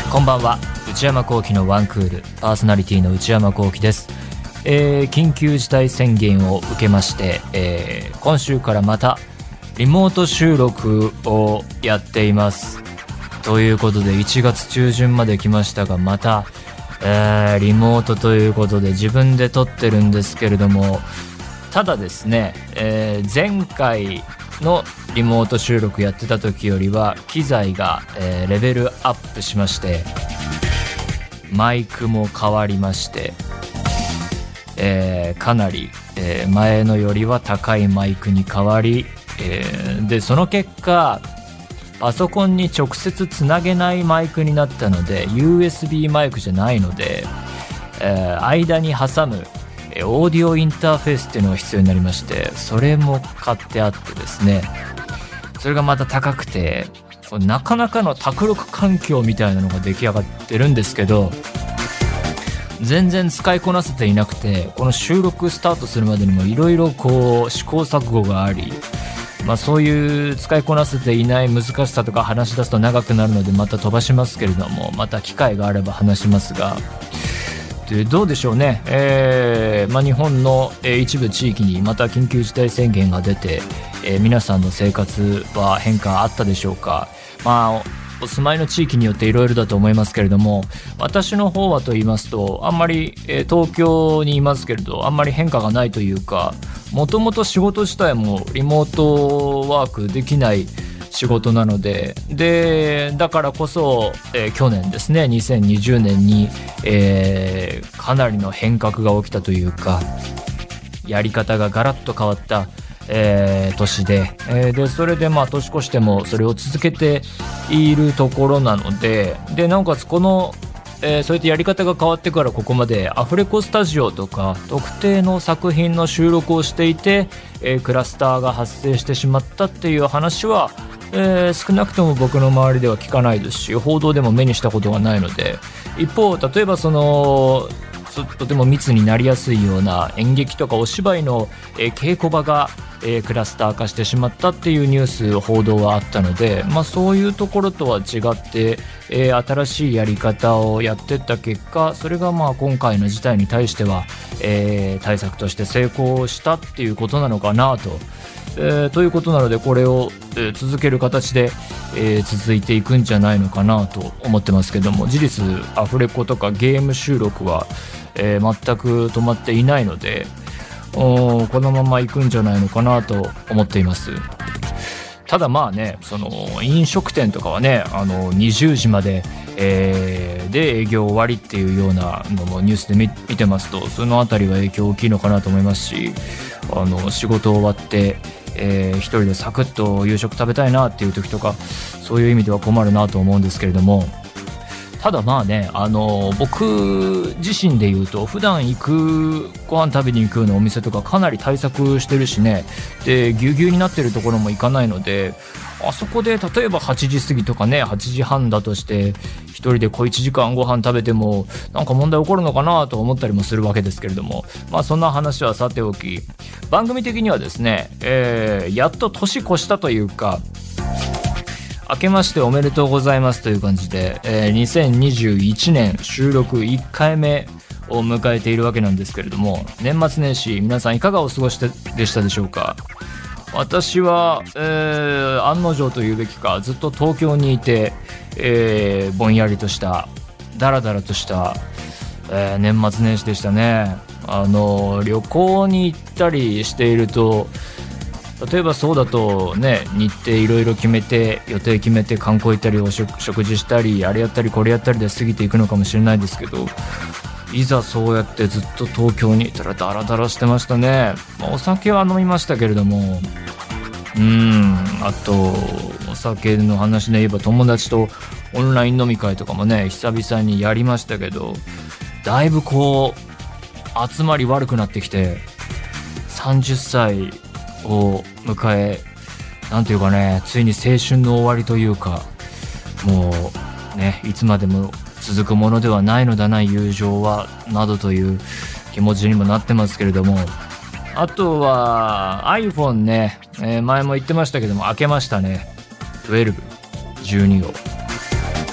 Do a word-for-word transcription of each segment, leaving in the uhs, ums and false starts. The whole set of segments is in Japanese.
こんばんは。内山聖輝のワンクールパーソナリティの内山聖輝です。えー、緊急事態宣言を受けまして、えー、今週からまたリモート収録をやっています。ということでいちがつ中旬まで来ましたが、また、えー、リモートということで自分で撮ってるんですけれども、ただですね、えー、前回のリモート収録やってた時よりは機材が、えー、レベルアップしまして、マイクも変わりまして、えー、かなり、えー、前のよりは高いマイクに変わり、えー、でその結果パソコンに直接つなげないマイクになったので ユーエスビー マイクじゃないので、えー、間に挟むオーディオインターフェースっていうのが必要になりまして、それも買ってあってですね、それがまた高くて、なかなかの卓録環境みたいなのが出来上がってるんですけど、全然使いこなせていなくて、この収録スタートするまでにもいろいろこう試行錯誤があり、まあ、そういう使いこなせていない難しさとか話し出すと長くなるのでまた飛ばしますけれども、また機会があれば話しますが、でどうでしょうね、えーまあ、日本の、えー、一部地域にまた緊急事態宣言が出て、えー、皆さんの生活は変化あったでしょうか。まあお住まいの地域によっていろいろだと思いますけれども、私の方はと言いますと、あんまり、えー、東京にいますけれど、あんまり変化がないというか、もともと仕事自体もリモートワークできない仕事なので、でだからこそ、えー、去年ですねにせんにじゅうねんに、えー、かなりの変革が起きたというか、やり方がガラッと変わったえー、年で、えー、でそれでまあ年越してもそれを続けているところなので、でなおかつこの、えー、そうやってやり方が変わってからここまでアフレコスタジオとか特定の作品の収録をしていて、えー、クラスターが発生してしまったっていう話は、えー、少なくとも僕の周りでは聞かないですし、報道でも目にしたことがないので、一方例えばそのとても密になりやすいような演劇とかお芝居の、えー、稽古場が、えー、クラスター化してしまったっていうニュース報道はあったので、まあ、そういうところとは違って、えー、新しいやり方をやっていった結果、それがまあ今回の事態に対しては、えー、対策として成功したっていうことなのかなと、えー、ということなので、これを、えー、続ける形で、えー、続いていくんじゃないのかなと思ってますけども、事実アフレコとかゲーム収録はえー、全く止まっていないので、このまま行くんじゃないのかなと思っています。ただまあね、その飲食店とかはね、あのにじゅうじまで、えー、で営業終わりっていうようなのもニュースで 見, 見てますと、そのあたりは影響大きいのかなと思いますし、あの仕事終わって、えー、一人でサクッと夕食食べたいなっていう時とか、そういう意味では困るなと思うんですけれども、ただまあね、あの僕自身で言うと、普段行くご飯食べに行くようなお店とかかなり対策してるしね、でぎゅうぎゅうになってるところも行かないので、あそこで例えばはちじ過ぎとかね、はちじはんだとして一人で小いちじかんご飯食べてもなんか問題起こるのかなと思ったりもするわけですけれども、まあそんな話はさておき、番組的にはですね、えー、やっと年越したというか、明けましておめでとうございますという感じで、えー、にせんにじゅういちねん収録いっかいめを迎えているわけなんですけれども、年末年始皆さんいかがお過ごしでしたでしょうか。私は、えー、案の定というべきか、ずっと東京にいて、えー、ぼんやりとしたダラダラとした、えー、年末年始でしたね。あの旅行に行ったりしていると、例えばそうだとね、日程いろいろ決めて、予定決めて観光行ったりお食、食事したり、あれやったりこれやったりで過ぎていくのかもしれないですけど、いざそうやってずっと東京にいたらダラダラしてましたね。まあ、お酒は飲みましたけれども、うーんあとお酒の話で言えば、友達とオンライン飲み会とかもね久々にやりましたけど、だいぶこう集まり悪くなってきて、さんじゅっさいを迎え、なんていうかね、ついに青春の終わりというか、もうね、いつまでも続くものではないのだな友情は、などという気持ちにもなってますけれども、あとは iPhone ね、えー、前も言ってましたけども、開けましたね。じゅうに、じゅうに号。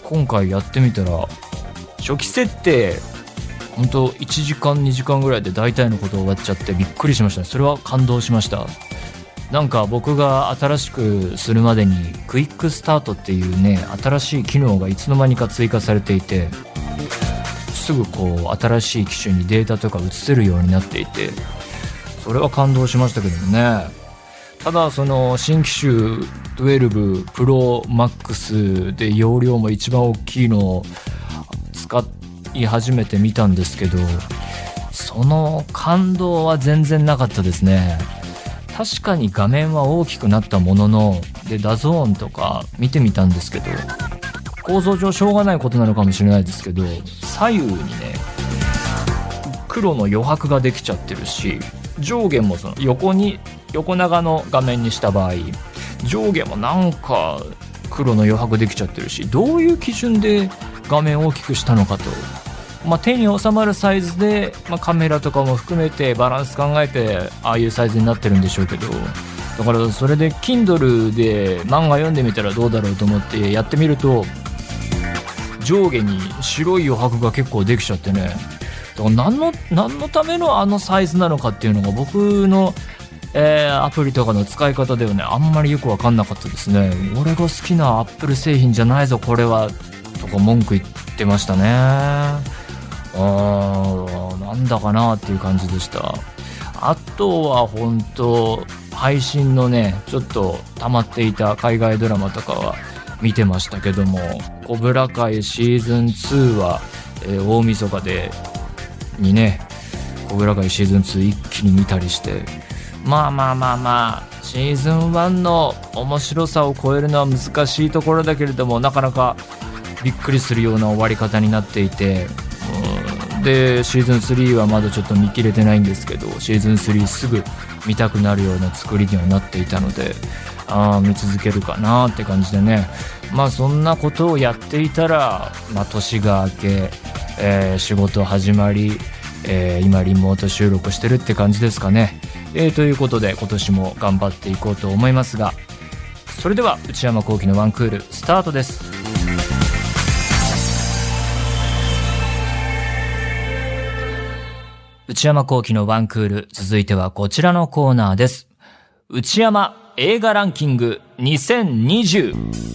今回やってみたら初期設定ほんといちじかんにじかんぐらいで大体のこと終わっちゃってびっくりしましたね。それは感動しました。なんか僕が新しくするまでにクイックスタートっていうね新しい機能がいつの間にか追加されていて、すぐこう新しい機種にデータとか移せるようになっていて、それは感動しましたけどもね。ただその新機種じゅうにプロマックスで容量も一番大きいのを使い始めてみたんですけど、その感動は全然なかったですね。確かに画面は大きくなったものの、でダゾーンとか見てみたんですけど、構造上しょうがないことなのかもしれないですけど、左右にね黒の余白ができちゃってるし、上下もその横に横長の画面にした場合上下もなんか黒の余白できちゃってるし、どういう基準で画面を大きくしたのかと、まあ、手に収まるサイズで、まあ、カメラとかも含めてバランス考えてああいうサイズになってるんでしょうけど、だからそれで Kindle で漫画読んでみたらどうだろうと思ってやってみると、上下に白い余白が結構できちゃってね、だから何の何のためのあのサイズなのかっていうのが僕の、えー、アプリとかの使い方ではねあんまりよく分かんなかったですね。俺が好きな Apple 製品じゃないぞこれはとか文句言ってましたね。あーなんだかなっていう感じでした。あとは本当配信のねちょっと溜まっていた海外ドラマとかは見てましたけども、コブラ会シーズンツーは、えー、大晦日でにねコブラ会シーズンツー一気に見たりして、まあまあまあまあシーズンワンの面白さを超えるのは難しいところだけれども、なかなかびっくりするような終わり方になっていて、うんでシーズンスリーはまだちょっと見切れてないんですけど、シーズンスリーすぐ見たくなるような作りにはなっていたので、あ見続けるかなって感じでね。まあそんなことをやっていたら、まあ、年が明け、えー、仕事始まり、えー、今リモート収録してるって感じですかね。えー、ということで今年も頑張っていこうと思いますが、それでは内山聖輝のワンクールスタートです。内山聖輝のワンクール、続いてはこちらのコーナーです。内山映画ランキングにせんにじゅう。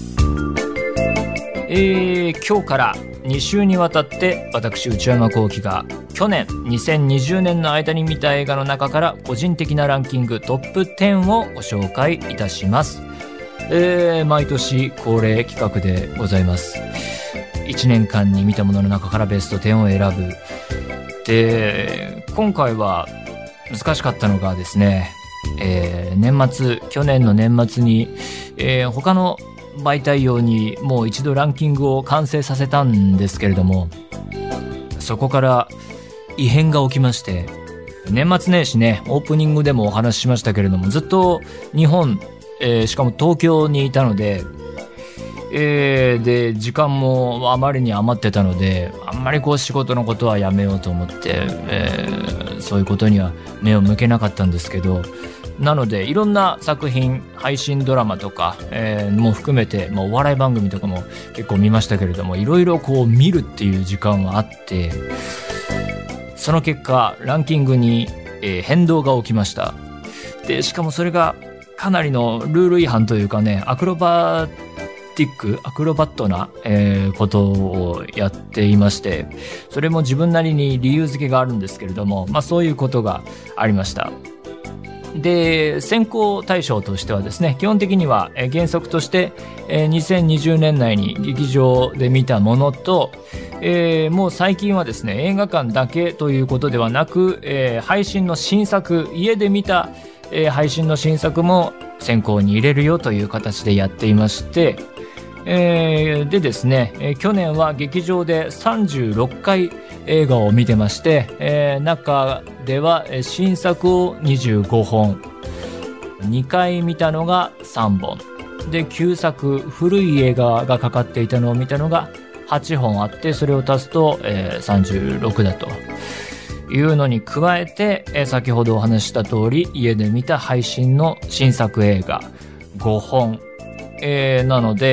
えー、今日からに週にわたって私内山聖輝が去年にせんにじゅうねんの間に見た映画の中から個人的なランキングトップじゅうをご紹介いたします。えー、毎年恒例企画でございます。いちねんかんに見たものの中からベストじゅうを選ぶ。で、今回は難しかったのがですね、えー、年末去年の年末に、えー、他の媒体用にもう一度ランキングを完成させたんですけれども、そこから異変が起きまして、年末年始ねオープニングでもお話ししましたけれども、ずっと日本、えー、しかも東京にいたので、えー、で時間もあまりに余ってたので、あんまりこう仕事のことはやめようと思って、えー、そういうことには目を向けなかったんですけど、なのでいろんな作品、配信ドラマとか、えー、も含めて、まあ、お笑い番組とかも結構見ましたけれども、いろいろこう見るっていう時間はあって、その結果ランキングに、えー、変動が起きました。でしかもそれがかなりのルール違反というかね、アクロバティックアクロバットな、えー、ことをやっていまして、それも自分なりに理由付けがあるんですけれども、まあそういうことがありました。で、選考対象としてはですね、基本的には、えー、原則として、えー、にせんにじゅうねん内に劇場で見たものと、えー、もう最近はですね映画館だけということではなく、えー、配信の新作、家で見た、えー、配信の新作も選考に入れるよという形でやっていまして、えー、でですね、えー、去年は劇場でさんじゅうろっかい映画を見てまして、えー、中では新作をにじゅうごほん、にかい見たのがさんぼんで、旧作古い映画がかかっていたのを見たのがはっぽんあって、それを足すと、えー、さんじゅうろくだというのに加えて、えー、先ほどお話しした通り家で見た配信の新作映画ごほん、えー、なので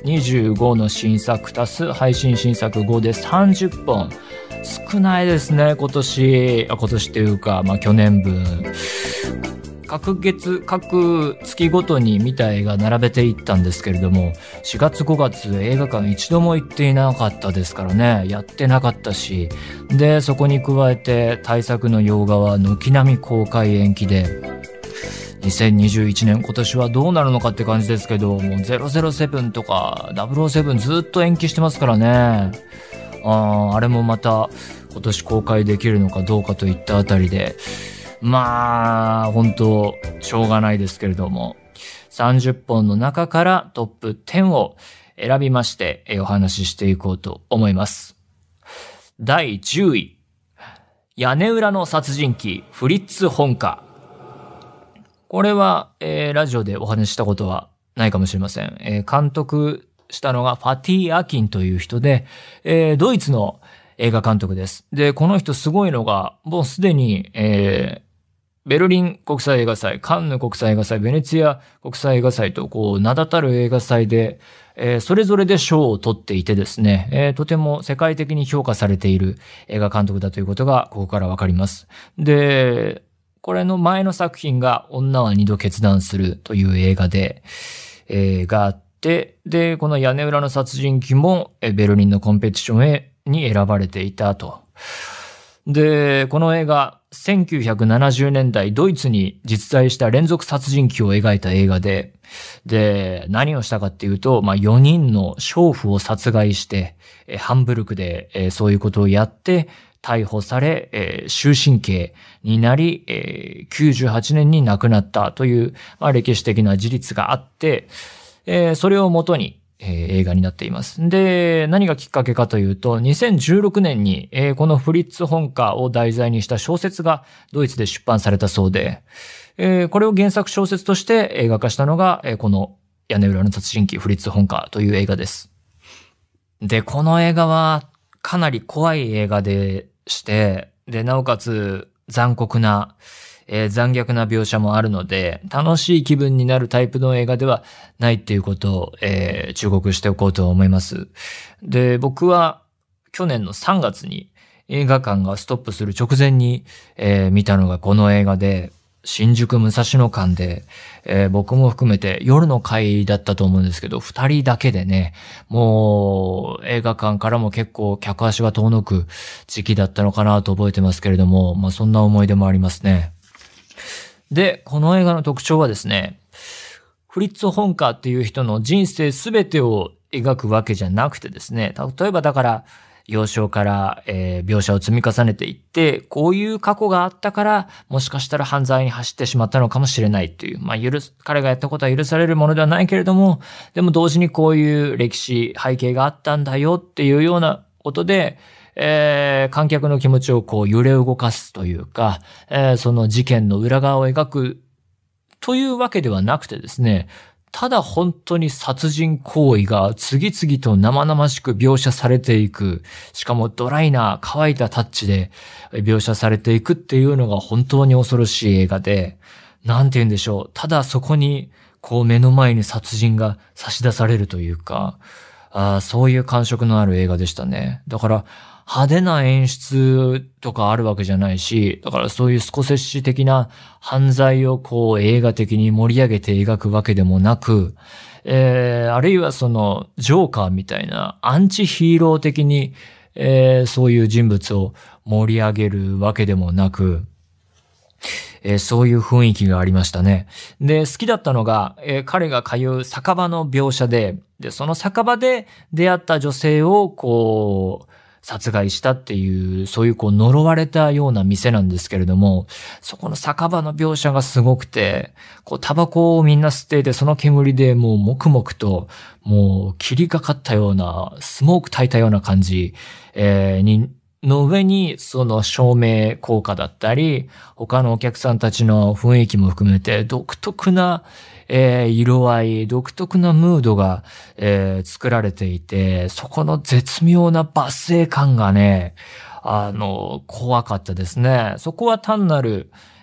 にじゅうごの新作足す配信新作ごでさんじゅっぽん。少ないですね、今年。あ、今年っていうか、まあ去年分。各月、各月ごとに見た映画並べていったんですけれども、しがつごがつ映画館一度も行っていなかったですからね、やってなかったし、で、そこに加えて大作の洋画は軒並み公開延期で、にせんにじゅういちねん今年はどうなるのかって感じですけど、もうゼロゼロセブンとかダブルオーセブンずっと延期してますからね。あ, あれもまた今年公開できるのかどうかといったあたりで、まあ本当しょうがないですけれども、さんじゅっぽんの中からトップじゅうを選びましてお話ししていこうと思います。だいじゅうい、屋根裏の殺人鬼フリッツ・ホンカ。これは、えー、ラジオでお話ししたことはないかもしれません。えー、監督したのがファティ・アキンという人で、えー、ドイツの映画監督です。で、この人すごいのが、もうすでに、えー、ベルリン国際映画祭、カンヌ国際映画祭、ベネツィア国際映画祭と、こう、名だたる映画祭で、えー、それぞれで賞を取っていてですね、えー、とても世界的に評価されている映画監督だということが、ここからわかります。で、これの前の作品が、女は二度決断するという映画で、えー、があって、で、この屋根裏の殺人鬼も、えー、ベルリンのコンペティションへ、に選ばれていたと。で、この映画、せんきゅうひゃくななじゅうねんだいドイツに実在した連続殺人鬼を描いた映画で、で、何をしたかっていうと、まあ、よにんの娼婦を殺害して、えハンブルクで、えー、そういうことをやって、逮捕され、えー、終身刑になり、えー、きゅうじゅうはちねんに亡くなったという、まあ、歴史的な事実があって、えー、それをもとに、えー、映画になっています。で、何がきっかけかというと、にせんじゅうろくねんに、えー、このフリッツ・ホンカを題材にした小説がドイツで出版されたそうで、えー、これを原作小説として映画化したのが、えー、この屋根裏の殺人鬼フリッツ・ホンカという映画です。で、この映画はかなり怖い映画でして、で、なおかつ残酷な、えー、残虐な描写もあるので、楽しい気分になるタイプの映画ではないっていうことを、えー、忠告しておこうと思います。で、僕は去年のさんがつに映画館がストップする直前に、えー、見たのがこの映画で、新宿武蔵野館で、えー、僕も含めて夜の回だったと思うんですけど、二人だけでね、もう映画館からも結構客足が遠のく時期だったのかなと覚えてますけれども、まあそんな思い出もありますね。で、この映画の特徴はですね、フリッツ・ホンカーっていう人の人生すべてを描くわけじゃなくてですね、例えばだから、幼少から、えー、描写を積み重ねていって、こういう過去があったから、もしかしたら犯罪に走ってしまったのかもしれないという、まあ許す、彼がやったことは許されるものではないけれども、でも同時にこういう歴史、背景があったんだよっていうようなことで、えー、観客の気持ちをこう揺れ動かすというか、えー、その事件の裏側を描くというわけではなくてですね、ただ本当に殺人行為が次々と生々しく描写されていく、しかもドライな乾いたタッチで描写されていくっていうのが本当に恐ろしい映画で、なんて言うんでしょう、ただそこにこう目の前に殺人が差し出されるというか、あそういう感触のある映画でしたね。だから派手な演出とかあるわけじゃないし、だからそういうスコセッシ的な犯罪をこう映画的に盛り上げて描くわけでもなく、えー、あるいはそのジョーカーみたいなアンチヒーロー的に、えー、そういう人物を盛り上げるわけでもなく、えー、そういう雰囲気がありましたね。で、好きだったのが、えー、彼が通う酒場の描写で、で、その酒場で出会った女性をこう、殺害したっていう、そういうこう呪われたような店なんですけれども、そこの酒場の描写がすごくて、こうタバコをみんな吸っていて、その煙でもう黙々と、もう霧がかったような、スモーク焚いたような感じ、えー、に、の上にその照明効果だったり、他のお客さんたちの雰囲気も含めて独特な、えー、色合い、独特なムードが、えー、作られていて、そこの絶妙な罵声感がね、あの、怖かったですね。そこは単なる、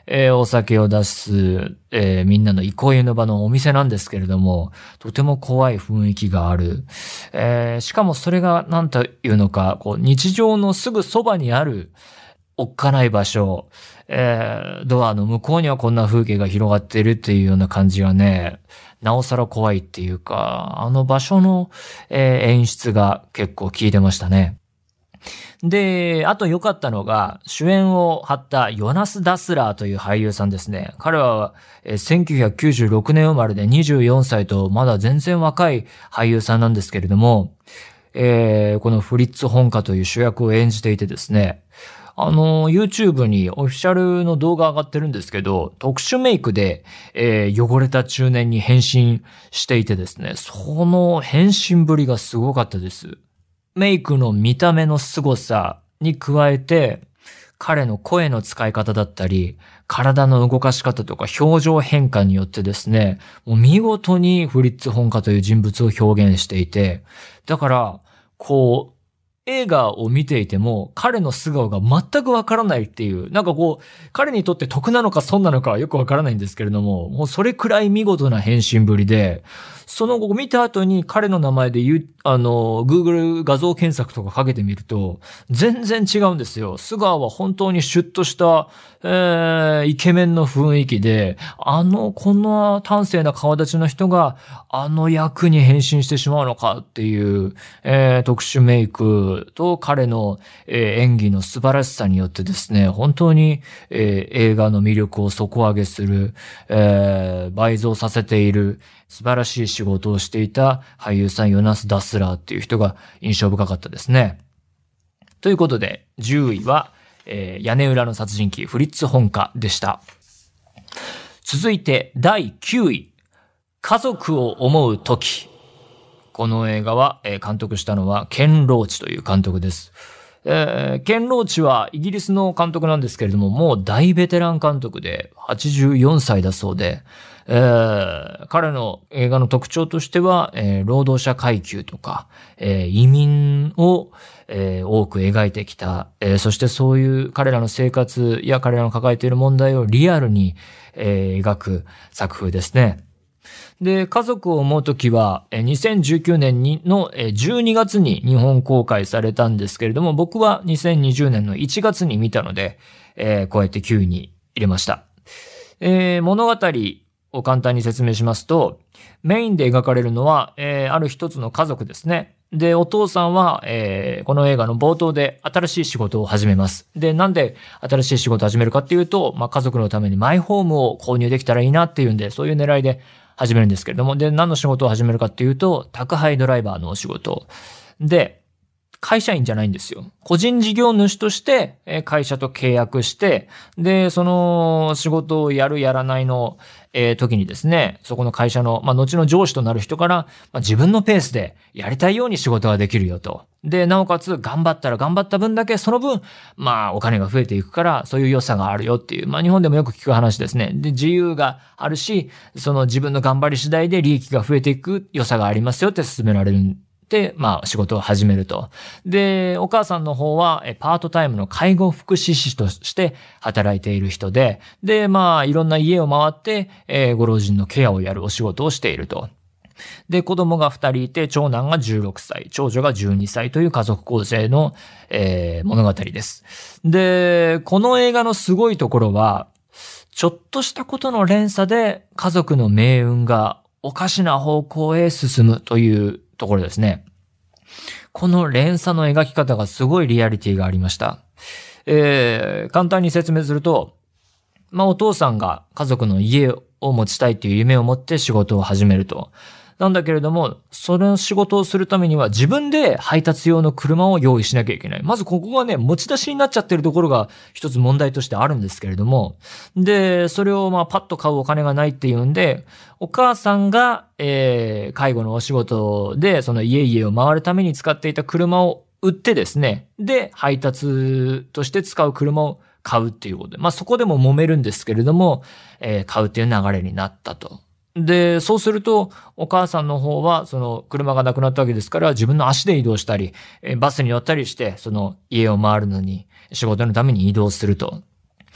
えー、お酒を出す、えー、みんなの憩いの場のお店なんですけれども、とても怖い雰囲気がある。えー、しかもそれが何というのか、こう日常のすぐそばにあるおっかない場所、えー、ドアの向こうにはこんな風景が広がっているっていうような感じがね、なおさら怖いっていうか、あの場所の、えー、演出が結構効いてましたね。で、あと良かったのが、主演を張ったヨナス・ダスラーという俳優さんですね。彼は、えー、せんきゅうひゃくきゅうじゅうろくねん生まれでにじゅうよんさいとまだ全然若い俳優さんなんですけれども、えー、このフリッツ・ホンカという主役を演じていてですね、あの、YouTube にオフィシャルの動画上がってるんですけど、特殊メイクで、えー、汚れた中年に変身していてですね、その変身ぶりがすごかったです。メイクの見た目の凄さに加えて、彼の声の使い方だったり、体の動かし方とか表情変化によってですね、もう見事にフリッツ・ホンカという人物を表現していて、だから、こう、映画を見ていても彼の素顔が全くわからないっていう、なんかこう、彼にとって得なのか損なのかはよくわからないんですけれども、もうそれくらい見事な変身ぶりで、その後見た後に彼の名前で言う、あの、Google 画像検索とかかけてみると、全然違うんですよ。素顔は本当にシュッとした、えー、イケメンの雰囲気で、あの、こんな端正な顔立ちの人が、あの役に変身してしまうのかっていう、えー、特殊メイクと彼の、えー、演技の素晴らしさによってですね、本当に、えー、映画の魅力を底上げする、えー、倍増させている、素晴らしい仕事をしていた俳優さんヨナス・ダスラーっていう人が印象深かったですね。ということで、じゅういは、えー、屋根裏の殺人鬼フリッツ・ホンカでした。続いてだいきゅうい、家族を思う時。この映画は、えー、監督したのはケン・ローチという監督です。えー、ケン・ローチはイギリスの監督なんですけれども、もう大ベテラン監督ではちじゅうよんさいだそうで、えー、彼の映画の特徴としては、えー、労働者階級とか、えー、移民を、えー、多く描いてきた、えー、そしてそういう彼らの生活や彼らの抱えている問題をリアルに、えー、描く作風ですね。で、家族を思うときは、にせんじゅうきゅうねんのじゅうにがつに日本公開されたんですけれども、僕はにせんにじゅうねんのいちがつに見たので、えー、こうやってきゅういに入れました。えー、物語を簡単に説明しますと、メインで描かれるのは、えー、ある一つの家族ですね。で、お父さんは、えー、この映画の冒頭で新しい仕事を始めます。で、なんで新しい仕事を始めるかっていうと、まあ、家族のためにマイホームを購入できたらいいなっていうんで、そういう狙いで始めるんですけれども、で、何の仕事を始めるかっていうと、宅配ドライバーのお仕事。で、会社員じゃないんですよ。個人事業主として会社と契約して、で、その仕事をやるやらないの、えー、時にですね、そこの会社の、まあ、後の上司となる人から、まあ、自分のペースでやりたいように仕事ができるよと。で、なおかつ頑張ったら頑張った分だけその分、まあ、お金が増えていくから、そういう良さがあるよっていう、まあ、日本でもよく聞く話ですね。で、自由があるし、その自分の頑張り次第で利益が増えていく良さがありますよって勧められるで、まあ仕事を始めると。で、お母さんの方はパートタイムの介護福祉士として働いている人で、で、まあいろんな家を回って、えー、ご老人のケアをやるお仕事をしていると。で、子供がふたりいて、長男がじゅうろくさい、長女がじゅうにさいという家族構成の、えー、物語です。で、この映画のすごいところは、ちょっとしたことの連鎖で家族の命運がおかしな方向へ進むというところですね。この連鎖の描き方がすごいリアリティがありました。えー、簡単に説明すると、まあお父さんが家族の家を持ちたいという夢を持って仕事を始めると。なんだけれども、その仕事をするためには自分で配達用の車を用意しなきゃいけない。まずここがね、持ち出しになっちゃってるところが一つ問題としてあるんですけれども。で、それをまあパッと買うお金がないっていうんで、お母さんが、えー、介護のお仕事でその家々を回るために使っていた車を売ってですね、で、配達として使う車を買うっていうことで、まあそこでも揉めるんですけれども、えー、買うっていう流れになったと。で、そうすると、お母さんの方は、その、車がなくなったわけですから、自分の足で移動したり、バスに乗ったりして、その、家を回るのに、仕事のために移動すると。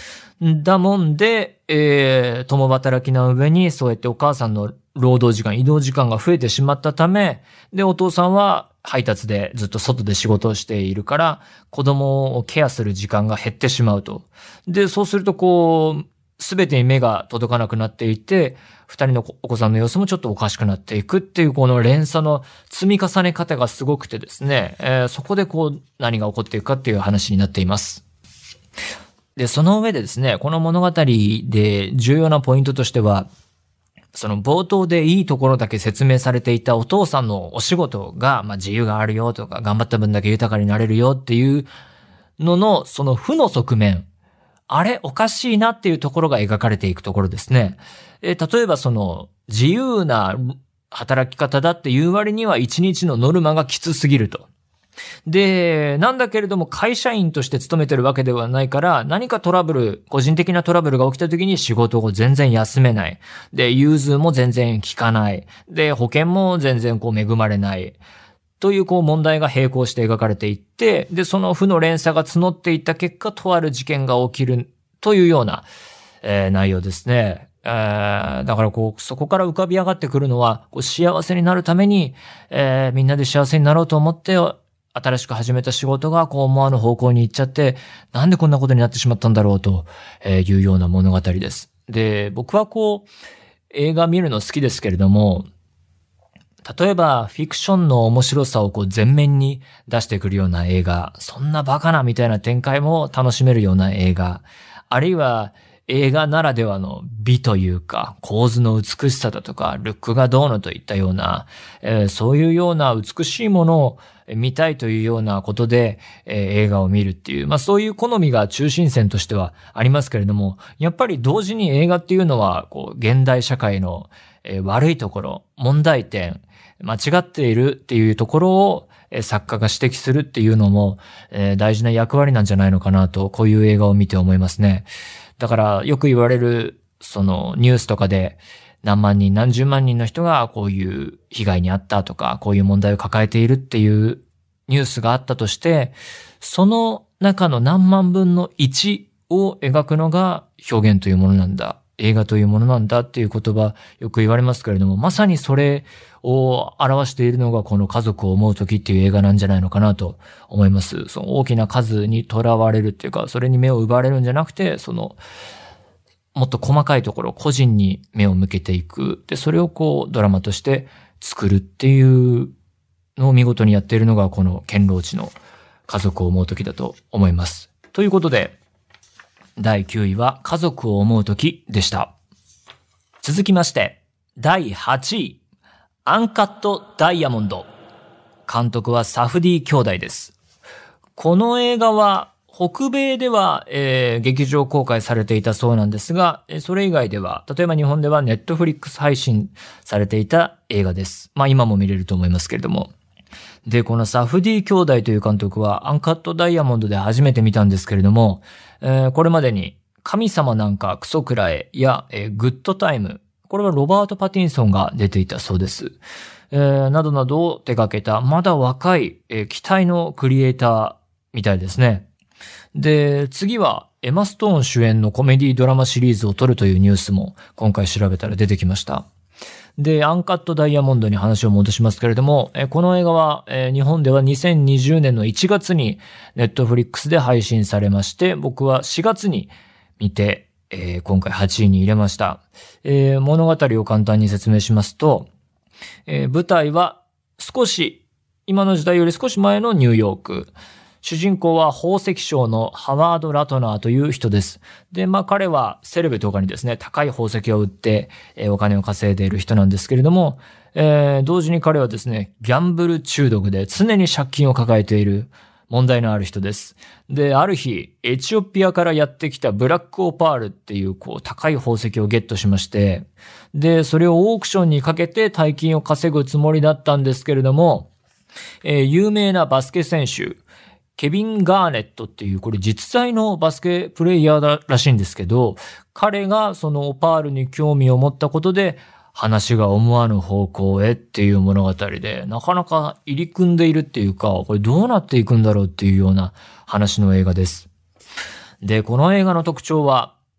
だもんで、えー、共働きの上にそうやってお母さんの労働時間、移動時間が増えてしまったため、で、お父さんは配達でずっと外で仕事をしているから、子供をケアする時間が減ってしまうと。で、そうするとこう、すべてに目が届かなくなっていて、二人のお子さんの様子もちょっとおかしくなっていくっていうこの連鎖の積み重ね方がすごくてですね、えー、そこでこう何が起こっていくかっていう話になっています。で、その上でですね、この物語で重要なポイントとしては、その冒頭でいいところだけ説明されていたお父さんのお仕事が、まあ自由があるよとか、頑張った分だけ豊かになれるよっていうのの、その負の側面、あれおかしいなっていうところが描かれていくところですね。えー、例えばその自由な働き方だっていう割には一日のノルマがきつすぎると。で、なんだけれども会社員として勤めてるわけではないから、何かトラブル、個人的なトラブルが起きた時に仕事を全然休めない。で、融通も全然効かない。で、保険も全然こう恵まれない。というこう問題が並行して描かれていって、で、その負の連鎖が募っていった結果、とある事件が起きるというような、えー、内容ですね。えー、だからこう、そこから浮かび上がってくるのは、こう幸せになるために、えー、みんなで幸せになろうと思って、新しく始めた仕事がこう思わぬ方向に行っちゃって、なんでこんなことになってしまったんだろうというような物語です。で、僕はこう、映画見るの好きですけれども、例えばフィクションの面白さをこう前面に出してくるような映画、そんなバカなみたいな展開も楽しめるような映画、あるいは映画ならではの美というか構図の美しさだとかルックがどうのといったような、えー、そういうような美しいものを見たいというようなことで、えー、映画を見るっていう、まあそういう好みが中心線としてはありますけれども、やっぱり同時に映画っていうのはこう現代社会の、えー、悪いところ、問題点、間違っているっていうところを作家が指摘するっていうのも大事な役割なんじゃないのかなと、こういう映画を見て思いますね。だからよく言われるそのニュースとかで何万人何十万人の人がこういう被害に遭ったとか、こういう問題を抱えているっていうニュースがあったとして、その中の何万分のいちを描くのが表現というものなんだ、映画というものなんだっていう言葉よく言われますけれども、まさにそれを表しているのがこの家族を思う時っていう映画なんじゃないのかなと思います。その大きな数にとらわれるっていうか、それに目を奪われるんじゃなくて、そのもっと細かいところ、個人に目を向けていく。で、それをこうドラマとして作るっていうのを見事にやっているのがこの堅牢地の家族を思う時だと思います。ということで、だいきゅういは家族を思う時でした。続きまして、だいはちい。アンカット・ダイヤモンド。監督はサフディ兄弟です。この映画は北米では、えー、劇場公開されていたそうなんですが、それ以外では、例えば日本ではネットフリックス配信されていた映画です。まあ今も見れると思いますけれども。で、このサフディ兄弟という監督はアンカット・ダイヤモンドで初めて見たんですけれども、えー、これまでに神様なんかクソくらえや、えー、グッドタイム、これはロバート・パティンソンが出ていたそうです。えー、などなどを手掛けた、まだ若い、えー、期待のクリエイターみたいですね。で、次はエマ・ストーン主演のコメディドラマシリーズを撮るというニュースも今回調べたら出てきました。で、アンカット・ダイヤモンドに話を戻しますけれども、えー、この映画は、えー、日本ではにせんにじゅうねんのいちがつにネットフリックスで配信されまして、僕はしがつに見て、えー、今回はちいに入れました。えー、物語を簡単に説明しますと、えー、舞台は少し、今の時代より少し前のニューヨーク。主人公は宝石商のハワード・ラトナーという人です。で、まあ彼はセレブとかにですね、高い宝石を売って、えー、お金を稼いでいる人なんですけれども、えー、同時に彼はですね、ギャンブル中毒で常に借金を抱えている問題のある人です。で、ある日、エチオピアからやってきたブラックオパールっていうこう高い宝石をゲットしまして、で、それをオークションにかけて大金を稼ぐつもりだったんですけれども、えー、有名なバスケ選手、ケビン・ガーネットっていう、これ実在のバスケプレイヤーだらしいんですけど、彼がそのオパールに興味を持ったことで、話が思わぬ方向へっていう物語で、なかなか入り組んでいるっていうか、これどうなっていくんだろうっていうような話の映画です。で、この映画の特徴は、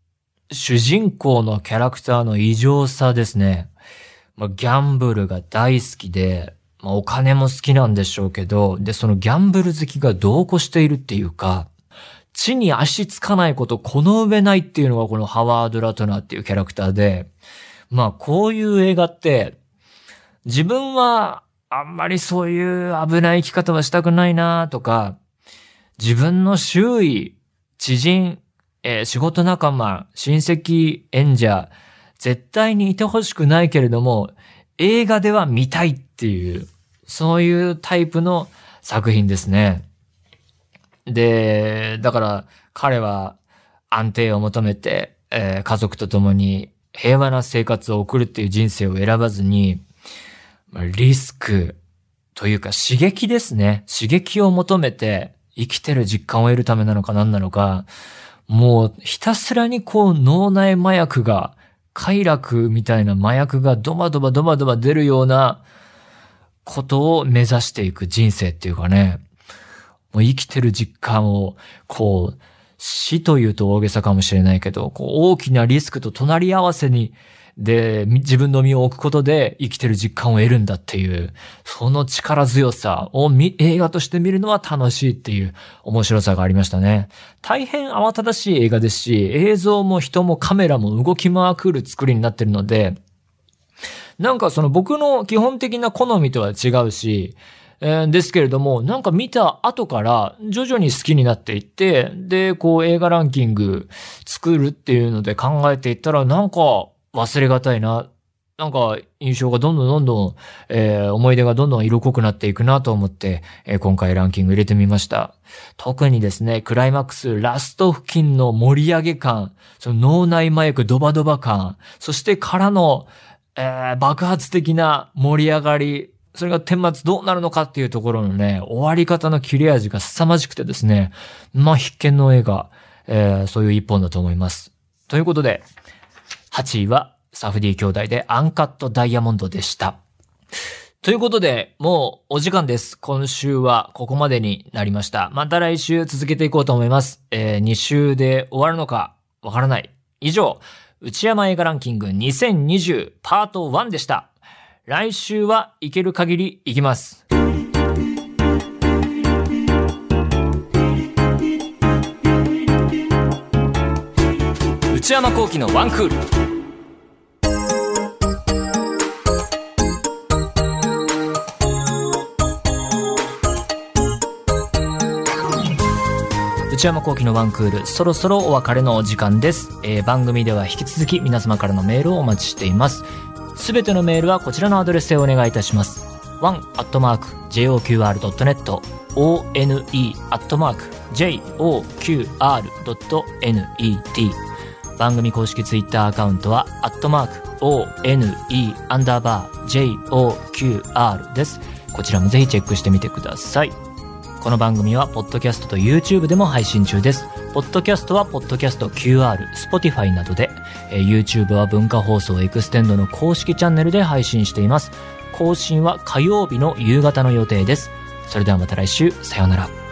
主人公のキャラクターの異常さですね。まあ、ギャンブルが大好きで、まあ、お金も好きなんでしょうけど、で、そのギャンブル好きが度を越しているっていうか、地に足つかないことこの上ないっていうのがこのハワード・ラトナーっていうキャラクターで、まあこういう映画って、自分はあんまりそういう危ない生き方はしたくないなとか、自分の周囲、知人、えー、仕事仲間、親戚、演者、絶対にいてほしくないけれども、映画では見たいっていう、そういうタイプの作品ですね。で、だから彼は安定を求めて、えー、家族と共に平和な生活を送るっていう人生を選ばずに、リスクというか刺激ですね。刺激を求めて生きてる実感を得るためなのか何なのか、もうひたすらにこう脳内麻薬が、快楽みたいな麻薬がドバドバドバドバ出るようなことを目指していく人生っていうかね。もう生きてる実感を、こう、死というと大げさかもしれないけど、こう大きなリスクと隣り合わせに、で、自分の身を置くことで生きてる実感を得るんだっていう、その力強さを映画として見るのは楽しいっていう面白さがありましたね。大変慌ただしい映画ですし、映像も人もカメラも動き回る作りになってるので、なんかその僕の基本的な好みとは違うし、えー、ですけれども、なんか見た後から徐々に好きになっていって、で、こう映画ランキング作るっていうので考えていったら、なんか忘れがたいな。なんか印象がどんどんどんどん、えー、思い出がどんどん色濃くなっていくなと思って、えー、今回ランキング入れてみました。特にですね、クライマックス、ラスト付近の盛り上げ感、その脳内麻薬ドバドバ感、そしてからの、えー、爆発的な盛り上がり、それが顛末どうなるのかっていうところのね、終わり方の切れ味が凄まじくてですね、まあ必見の映画、えー、そういう一本だと思います。ということで、はちいはサフディ兄弟でアンカットダイヤモンドでした。ということで、もうお時間です。今週はここまでになりました。また来週続けていこうと思います。えー、に週で終わるのかわからない。以上、内山映画ランキングにせんにじゅうパートワンでした。来週は行ける限り行きます。内山昂輝のワンクール。内山昂輝のワンクール、そろそろお別れのお時間です。えー、番組では引き続き皆様からのメールをお待ちしています。すべてのメールはこちらのアドレスでお願いいたします。ワン アットマーク ジェイオーキューアール ドットネット オーエヌイー アットマーク ジェイオーキューアール ドットネット 番組公式ツイッターアカウントはアットマーク オーエヌイー アンダーバー ジェイオーキューアール です。こちらもぜひチェックしてみてください。この番組はポッドキャストと YouTube でも配信中です。ポッドキャストはポッドキャスト キューアール、Spotify などで、えー、YouTube は文化放送エクステンドの公式チャンネルで配信しています。更新は火曜日の夕方の予定です。それではまた来週、さようなら。